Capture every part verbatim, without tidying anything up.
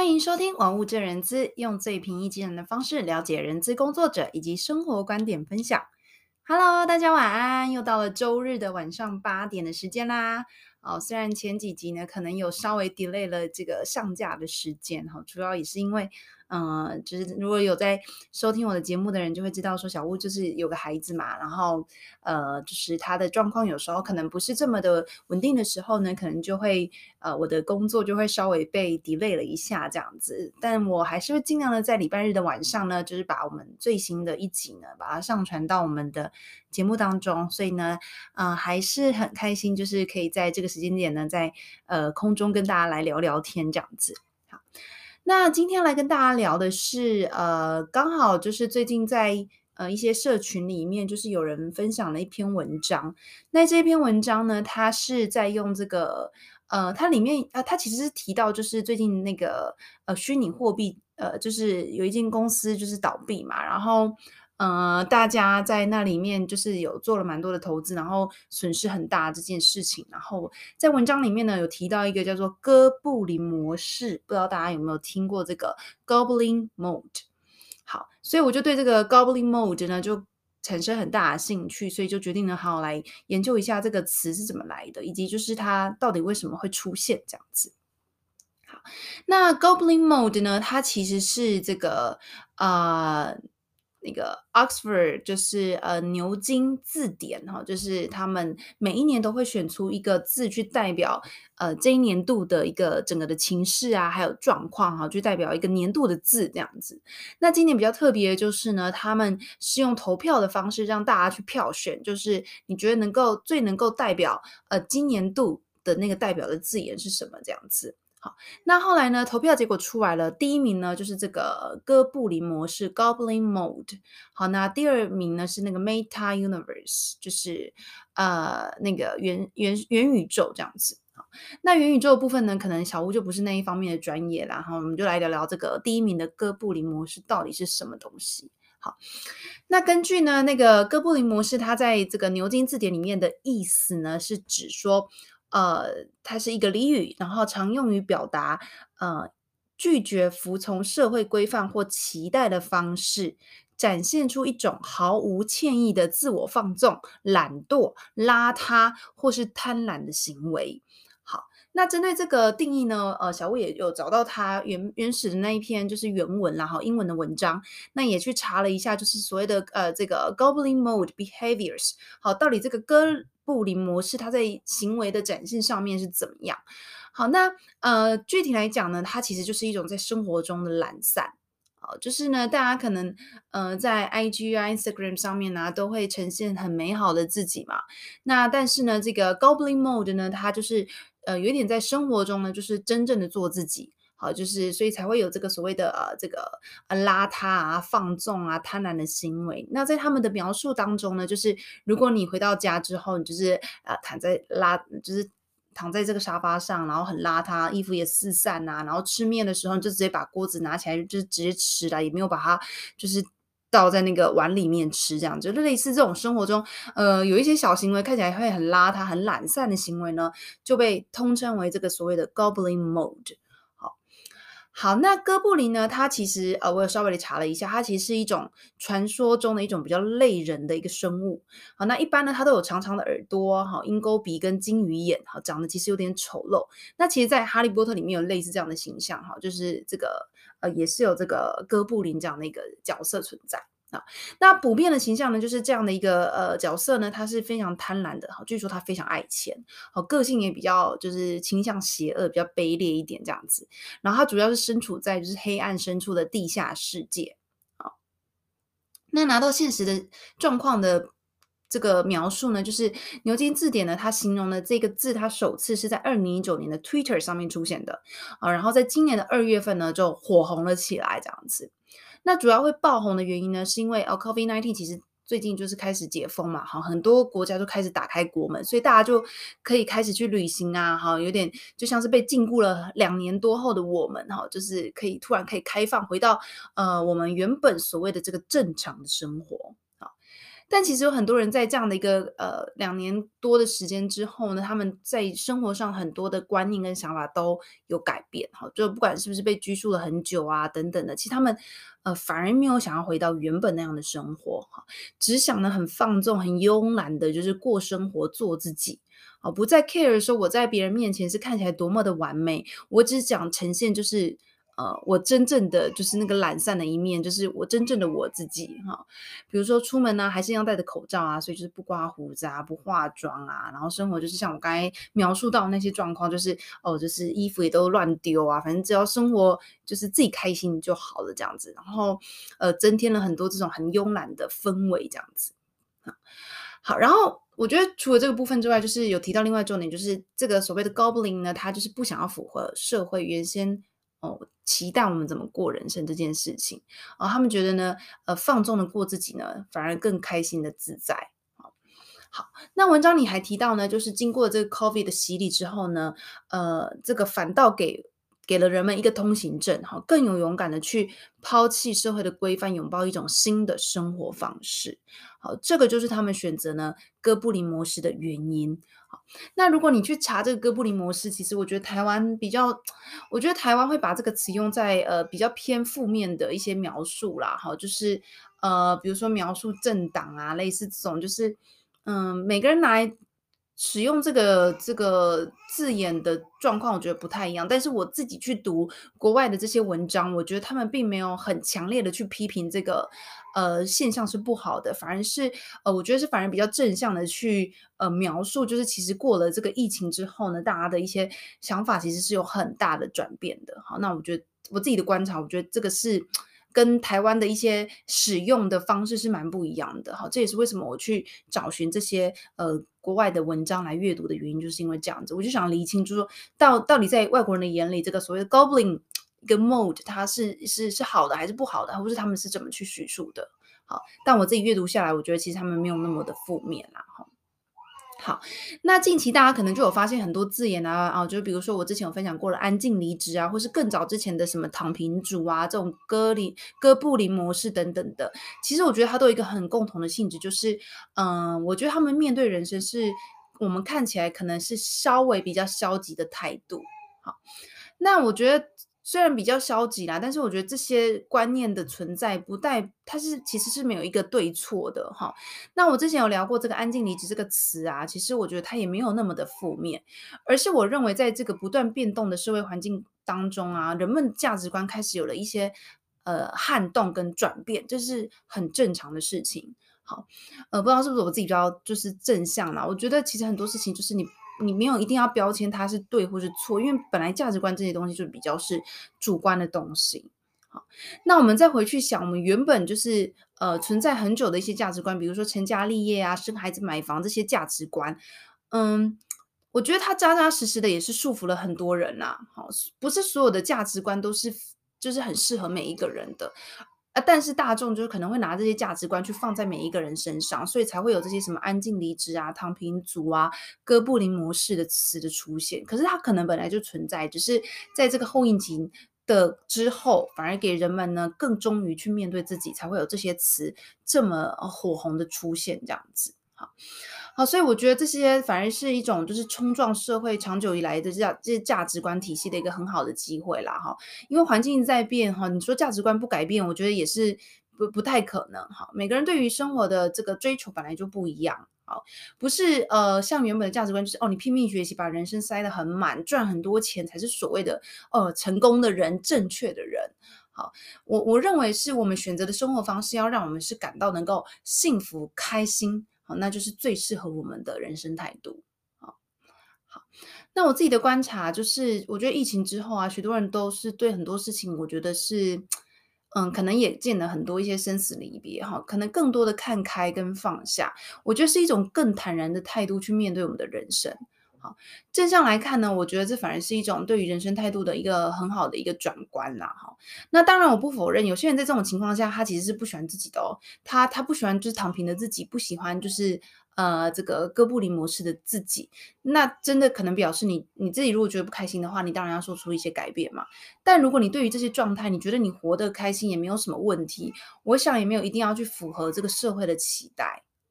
欢迎收听《玩物正人资》，用最平易近人的方式了解人资工作者以及生活观点分享。Hello，大家晚安！又到了周日的晚上八点的时间啦。哦，虽然前几集呢可能有稍微 delay 了这个上架的时间哈，主要也是因为，呃，就是如果有在收听我的节目的人就会知道说，小屋就是有个孩子嘛，然后呃，就是他的状况有时候可能不是这么的稳定的时候呢，可能就会呃我的工作就会稍微被 delay 了一下这样子，但我还是会尽量的在礼拜日的晚上呢，就是把我们最新的一集呢，把它上传到我们的节目当中，所以呢，呃，还是很开心，就是可以在这个时间点呢，在呃空中跟大家来聊聊天这样子。好，那今天来跟大家聊的是，呃，刚好就是最近在呃一些社群里面，就是有人分享了一篇文章。那这篇文章呢，它是在用这个呃，它里面呃，它其实是提到就是最近那个呃虚拟货币，呃，就是有一间公司就是倒闭嘛，然后呃，大家在那里面就是有做了蛮多的投资，然后损失很大这件事情。然后在文章里面呢，有提到一个叫做哥布林模式，不知道大家有没有听过这个 Goblin Mode？好，所以我就对这个 Goblin Mode 呢就产生很大的兴趣，所以就决定呢，好好来研究一下这个词是怎么来的，以及就是它到底为什么会出现这样子。好，那 Goblin Mode 呢，它其实是这个呃那个 Oxford 就是呃牛津字典哈，就是他们每一年都会选出一个字去代表呃这一年度的一个整个的情势啊，还有状况哈，就代表一个年度的字这样子。那今年比较特别的就是呢，他们是用投票的方式让大家去票选，就是你觉得能够最能够代表呃今年度的那个代表的字眼是什么这样子。好，那后来呢，投票结果出来了，第一名呢就是这个哥布林模式 （Goblin Mode）。好，那第二名呢是那个 Meta Universe，就是呃那个元元元宇宙这样子。好，那元宇宙的部分呢，可能小屋就不是那一方面的专业啦，然后我们就来聊聊这个第一名的哥布林模式到底是什么东西。好，那根据呢那个哥布林模式，它在这个牛津字典里面的意思呢，是指说呃，它是一个俚语，然后常用于表达呃拒绝服从社会规范或期待的方式，展现出一种毫无歉意的自我放纵、懒惰、邋遢或是贪婪的行为。好，那针对这个定义呢，呃，小吴也有找到它原原始的那一篇就是原文啦，哈，英文的文章，那也去查了一下，就是所谓的呃这个 Goblin Mode behaviors，好，到底这个哥布林模式它在行为的展现上面是怎么样？好，那呃具体来讲呢，它其实就是一种在生活中的懒散。好，就是呢，大家可能呃在 I G 啊、Instagram 上面呢、都会呈现很美好的自己嘛。那但是呢，这个 Goblin Mode 呢，它就是呃有一点在生活中呢，就是真正的做自己。好，就是所以才会有这个所谓的呃这个呃邋遢啊、放纵啊、贪婪的行为。那在他们的描述当中呢，就是如果你回到家之后，你就是呃躺在拉，就是躺在这个沙发上，然后很邋遢，衣服也四散啊，然后吃面的时候你就直接把锅子拿起来，就是直接吃了，也没有把它就是倒在那个碗里面吃，这样就类似这种生活中，呃，有一些小行为看起来会很邋遢、很懒散的行为呢，就被通称为这个所谓的 Goblin Mode。好，好，那哥布林呢？它其实呃，我有稍微的查了一下，它其实是一种传说中的一种比较类人的一个生物。好，那一般呢，它都有长长的耳朵，好，鹰钩鼻跟金鱼眼，好，长得其实有点丑陋。那其实，在《哈利波特》里面有类似这样的形象，哈，就是这个呃，也是有这个哥布林这样的一个角色存在。啊，那普遍的形象呢，就是这样的一个呃角色呢，他是非常贪婪的，好，据说他非常爱钱，好，个性也比较就是倾向邪恶，比较卑劣一点这样子。然后它主要是身处在就是黑暗深处的地下世界。好，那拿到现实的状况的这个描述呢，就是牛津字典呢，它形容的这个字，它首次是在二零一九年的 Twitter 上面出现的啊，然后在今年的二月份呢，就火红了起来这样子。那主要会爆红的原因呢，是因为哦 c o v i d 十九 其实最近就是开始解封嘛，哈，很多国家都开始打开国门，所以大家就可以开始去旅行啊，哈，有点就像是被禁锢了两年多后的我们，哈，就是可以突然可以开放回到呃我们原本所谓的这个正常的生活。好， 但其实有很多人在这样的一个呃两年多的时间之后呢，他们在生活上很多的观念跟想法都有改变，哈，就不管是不是被拘束了很久啊等等的，其实他们呃反而没有想要回到原本那样的生活，哈，只想呢很放纵、很慵懒的，就是过生活、做自己。哦，不再 care 说我在别人面前是看起来多么的完美，我只想呈现就是呃，我真正的就是那个懒散的一面，就是我真正的我自己哈。比如说出门呢、还是要戴着口罩啊，所以就是不刮胡子啊，不化妆啊，然后生活就是像我刚才描述到的那些状况，就是哦，就是衣服也都乱丢啊，反正只要生活就是自己开心就好了这样子。然后呃，增添了很多这种很慵懒的氛围这样子。好，然后我觉得除了这个部分之外，就是有提到另外重点，就是这个所谓的 Goblin 呢，他就是不想要符合社会原先哦期待我们怎么过人生这件事情啊、他们觉得呢，呃，放纵的过自己呢，反而更开心的自在。好，好，那文章你还提到呢，就是经过这个 COVID 的洗礼之后呢，呃，这个反倒给给了人们一个通行证，哈，更有勇敢的去抛弃社会的规范，拥抱一种新的生活方式。好，这个就是他们选择呢哥布林模式的原因。好，那如果你去查这个哥布林模式，其实我觉得台湾比较，我觉得台湾会把这个词用在呃比较偏负面的一些描述啦，哈，就是呃比如说描述政党啊，类似这种，就是嗯每个人拿来使用这个这个字眼的状况，我觉得不太一样。但是我自己去读国外的这些文章，我觉得他们并没有很强烈的去批评这个呃现象是不好的，反而是呃我觉得是反而比较正向的去呃描述，就是其实过了这个疫情之后呢，大家的一些想法其实是有很大的转变的。好，那我觉得我自己的观察，我觉得这个是跟台湾的一些使用的方式是蛮不一样的。好，这也是为什么我去找寻这些呃国外的文章来阅读的原因，就是因为这样子，我就想厘清，就是说到到底在外国人的眼里，这个所谓的 Goblin 一个 mode 它是是是好的还是不好的，或是他们是怎么去叙述的。好，但我自己阅读下来，我觉得其实他们没有那么的负面啦。哈。好，那近期大家可能就有发现很多字眼啊，啊，就比如说我之前有分享过的安静离职啊，或是更早之前的什么躺平族啊，这种哥林哥布林模式等等的，其实我觉得它都有一个很共同的性质，就是，嗯、我觉得他们面对人生是我们看起来可能是稍微比较消极的态度。好，那我觉得虽然比较消极啦，但是我觉得这些观念的存在不代它是其实是没有一个对错的哈。那我之前有聊过这个"安静离职"这个词啊，其实我觉得它也没有那么的负面，而是我认为在这个不断变动的社会环境当中啊，人们价值观开始有了一些呃撼动跟转变，这是很正常的事情。好，呃，不知道是不是我自己比较就是正向啦，我觉得其实很多事情就是你你没有一定要标签它是对或是错，因为本来价值观这些东西就比较是主观的东西。好，那我们再回去想，我们原本就是呃存在很久的一些价值观，比如说成家立业啊、生孩子、买房这些价值观，嗯，我觉得它扎扎实实的也是束缚了很多人呐、好，不是所有的价值观都是就是很适合每一个人的。啊，但是大众就是可能会拿这些价值观去放在每一个人身上，所以才会有这些什么安静离职啊、躺平族啊、哥布林模式的词的出现。可是它可能本来就存在，只是在这个后疫情的之后，反而给人们呢更忠于去面对自己，才会有这些词这么呃火红的出现，这样子。好。好，所以我觉得这些反而是一种就是冲撞社会长久以来的这样这些价值观体系的一个很好的机会啦哈。因为环境在变哈，你说价值观不改变，我觉得也是不不太可能哈。每个人对于生活的这个追求本来就不一样。好，不是呃，像原本的价值观就是哦，你拼命学习，把人生塞得很满，赚很多钱才是所谓的呃成功的人，正确的人。好，我我认为是我们选择的生活方式，要让我们是感到能够幸福、开心，好，那就是最适合我们的人生态度。好，好，那我自己的观察就是，我觉得疫情之后啊，许多人都是对很多事情，我觉得是，嗯，可能也见了很多一些生死离别哈，可能更多的看开跟放下，我觉得是一种更坦然的态度去面对我们的人生。好，正向来看呢，我觉得这反而是一种对于人生态度的一个很好的一个转观啦，哈。那当然我不否认，有些人在这种情况下，他其实是不喜欢自己的哦，他他不喜欢就是躺平的自己，不喜欢就是呃这个哥布林模式的自己。那真的可能表示你你自己如果觉得不开心的话，你当然要做出一些改变嘛。但如果你对于这些状态，你觉得你活得开心也没有什么问题，我想也没有一定要去符合这个社会的期待。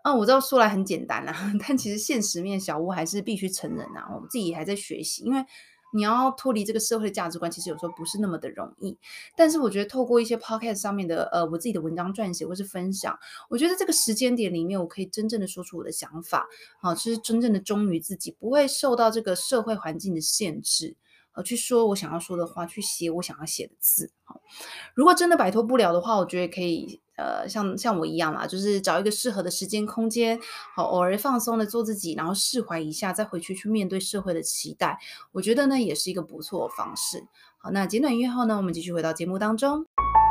嗯，我知道说来很简单啦，但其实现实面小屋还是必须承认啊，我自己也还在学习，因为你要脱离这个社会的价值观，其实有时候不是那么的容易。但是我觉得透过一些 podcast 上面的呃我自己的文章撰写或是分享，我觉得这个时间点里面，我可以真正的说出我的想法，啊，就是真正的忠于自己，不会受到这个社会环境的限制，呃，去说我想要说的话，去写我想要写的字，好。如果真的摆脱不了的话，我觉得可以，呃，像像我一样啦，就是找一个适合的时间空间，好，偶尔放松的做自己，然后释怀一下，再回去去面对社会的期待，我觉得呢也是一个不错的方式。好，那简短音乐后呢，我们继续回到节目当中。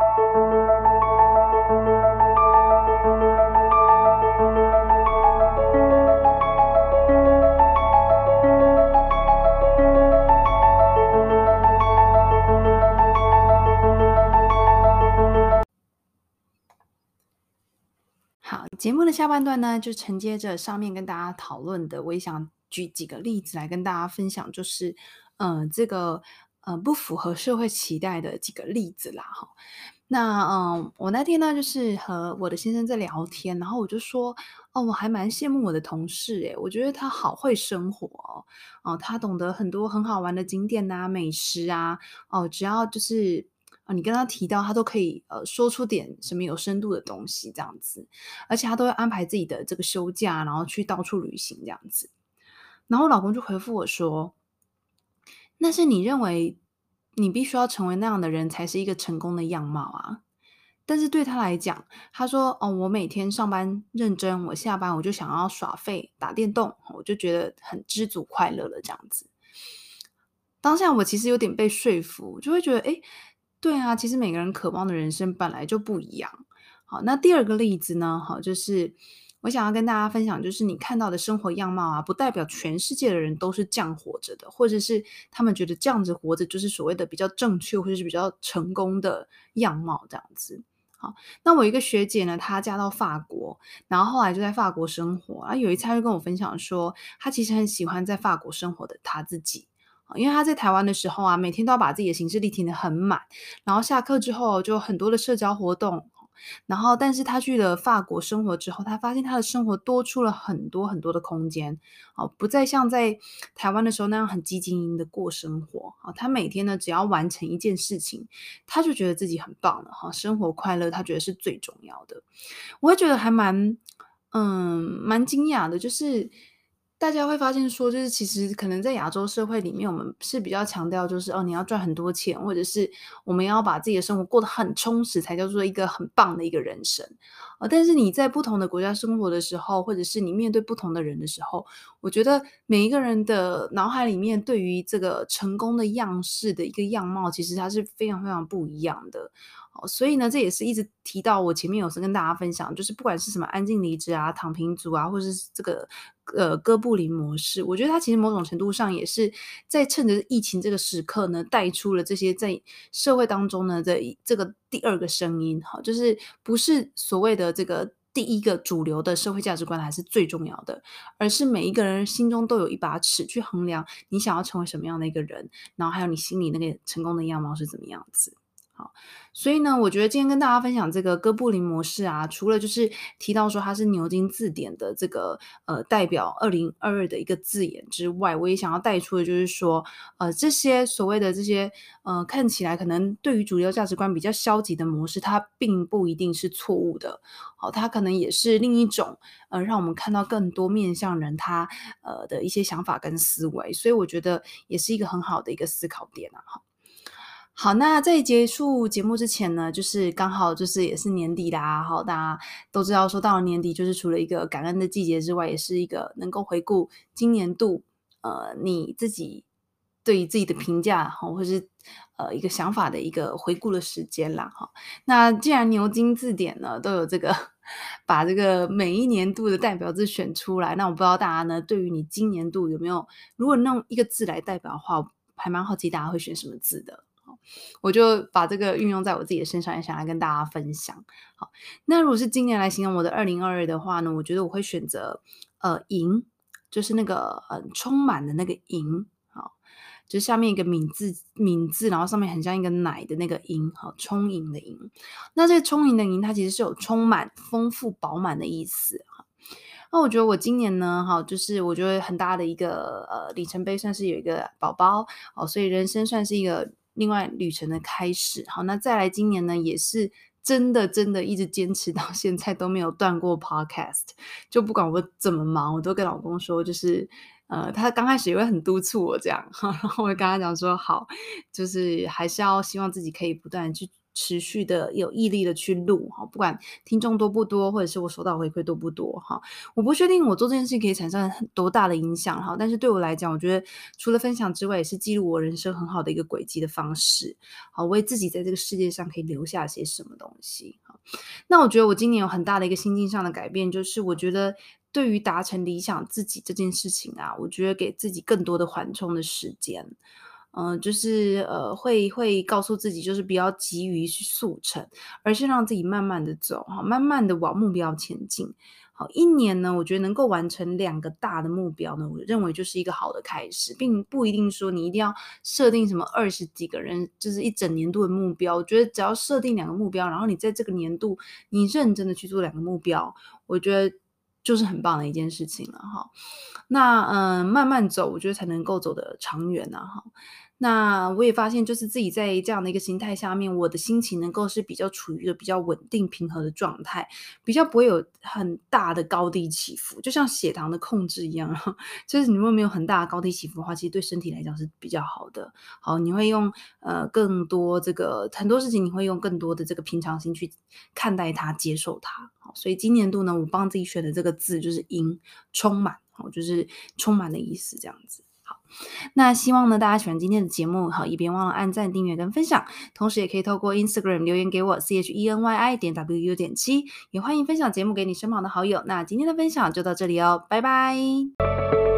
好，节目的下半段呢，就承接着上面跟大家讨论的，我也想举几个例子来跟大家分享，就是，呃，这个呃不符合社会期待的几个例子啦，哈。那嗯、呃我那天呢，就是和我的先生在聊天，然后我就说，哦，我还蛮羡慕我的同事，诶，我觉得他好会生活哦，哦，他懂得很多很好玩的景点呐、美食啊，哦，只要就是呃，你跟他提到，他都可以呃说出点什么有深度的东西这样子，而且他都会安排自己的这个休假，然后去到处旅行这样子。然后我老公就回复我说：“那是你认为你必须要成为那样的人才是一个成功的样貌啊。”但是对他来讲，他说：“哦，我每天上班认真，我下班我就想要耍废、打电动，我就觉得很知足快乐了这样子。”当下我其实有点被说服，就会觉得，诶，对啊，其实每个人渴望的人生本来就不一样。好，那第二个例子呢，好，就是我想要跟大家分享，就是你看到的生活样貌啊，不代表全世界的人都是这样活着的，或者是他们觉得这样子活着就是所谓的比较正确，或者是比较成功的样貌这样子。好，那我一个学姐呢，她嫁到法国，然后后来就在法国生活，啊，有一次她就跟我分享说，她其实很喜欢在法国生活的她自己。因为他在台湾的时候啊，每天都要把自己的行事历填得很满，然后下课之后就很多的社交活动。然后，但是他去了法国生活之后，他发现他的生活多出了很多很多的空间，哦，不再像在台湾的时候那样很积极营的过生活。哦，他每天呢，只要完成一件事情，他就觉得自己很棒了，哈，生活快乐，他觉得是最重要的。我会觉得还蛮嗯，蛮惊讶的，就是大家会发现说，就是其实可能在亚洲社会里面，我们是比较强调就是，哦，你要赚很多钱，或者是我们要把自己的生活过得很充实，才叫做一个很棒的一个人生。呃，但是你在不同的国家生活的时候，或者是你面对不同的人的时候，我觉得每一个人的脑海里面对于这个成功的样式的一个样貌，其实它是非常非常不一样的。哦，所以呢，这也是一直提到我前面有时跟大家分享，就是不管是什么安静离职啊、躺平族啊，或者是这个呃哥布林模式，我觉得它其实某种程度上也是在趁着疫情这个时刻呢，带出了这些在社会当中呢的这个第二个声音，哈，就是不是所谓的这个。第一个主流的社会价值观还是最重要的，而是每一个人心中都有一把尺去衡量你想要成为什么样的一个人，然后还有你心里那个成功的样貌是怎么样子。好，所以呢，我觉得今天跟大家分享这个哥布林模式啊，除了就是提到说它是牛津字典的这个呃代表二零二二的一个字眼之外，我也想要带出的就是说，呃，这些所谓的这些呃看起来可能对于主流价值观比较消极的模式，它并不一定是错误的。好，它可能也是另一种呃让我们看到更多面向人他呃的一些想法跟思维，所以我觉得也是一个很好的一个思考点啊。好，那在结束节目之前呢，就是刚好就是也是年底啦，好，大家都知道说到了年底，就是除了一个感恩的季节之外，也是一个能够回顾今年度呃你自己对于自己的评价哈，或是呃一个想法的一个回顾的时间啦哈。那既然牛津字典呢都有这个把这个每一年度的代表字选出来，那我不知道大家呢对于你今年度有没有，如果用一个字来代表的话，还蛮好奇大家会选什么字的。我就把这个运用在我自己的身上，也想来跟大家分享。好，那如果是今年来形容我的二零二二的话呢，我觉得我会选择呃盈，就是那个呃充满的那个盈，好，就是下面一个敏字敏字，然后上面很像一个奶的那个盈，好，充盈的盈。那这个充盈的盈，它其实是有充满、丰富、饱满的意思。 那我觉得我今年呢，哈，就是我觉得很大的一个呃里程碑，算是有一个宝宝哦，所以人生算是一个另外旅程的开始。好，那再来今年呢，也是真的真的一直坚持到现在都没有断过 podcast，就不管我怎么忙，我都跟老公说，就是呃，他刚开始也会很督促我这样，然后我会跟他讲说，好，就是还是要希望自己可以不断地去持续的有毅力的去录哈，不管听众多不多，或者是我收到回馈多不多哈。我不确定我做这件事情可以产生很多大的影响哈，但是对我来讲，我觉得除了分享之外，也是记录我人生很好的一个轨迹的方式。好，为自己在这个世界上可以留下些什么东西。好，那我觉得我今年有很大的一个心境上的改变，就是我觉得对于达成理想自己这件事情啊，我觉得给自己更多的缓冲的时间。呃，就是呃，会会告诉自己，就是不要急于去速成，而是让自己慢慢的走哈，慢慢的往目标前进。好，一年呢，我觉得能够完成两个大的目标呢，我认为就是一个好的开始，并不一定说你一定要设定什么二十几个人，就是一整年度的目标。我觉得只要设定两个目标，然后你在这个年度你认真的去做两个目标，我觉得就是很棒的一件事情了哈。那嗯，呃，慢慢走，我觉得才能够走得长远啊哈。那我也发现就是自己在这样的一个心态下面，我的心情能够是比较处于一个比较稳定平和的状态，比较不会有很大的高低起伏，就像血糖的控制一样，就是你如果没有很大的高低起伏的话，其实对身体来讲是比较好的。好，你会用呃更多这个很多事情，你会用更多的这个平常心去看待它、接受它。好，所以今年度呢，我帮自己选的这个字就是“盈”，充满，好，就是充满的意思，这样子。好，那希望呢大家喜欢今天的节目，好，也别忘了按赞、订阅跟分享，同时也可以透过 Instagram 留言给我 C H E N Y I 点 W U 点七，也欢迎分享节目给你身旁的好友。那今天的分享就到这里哦，拜拜。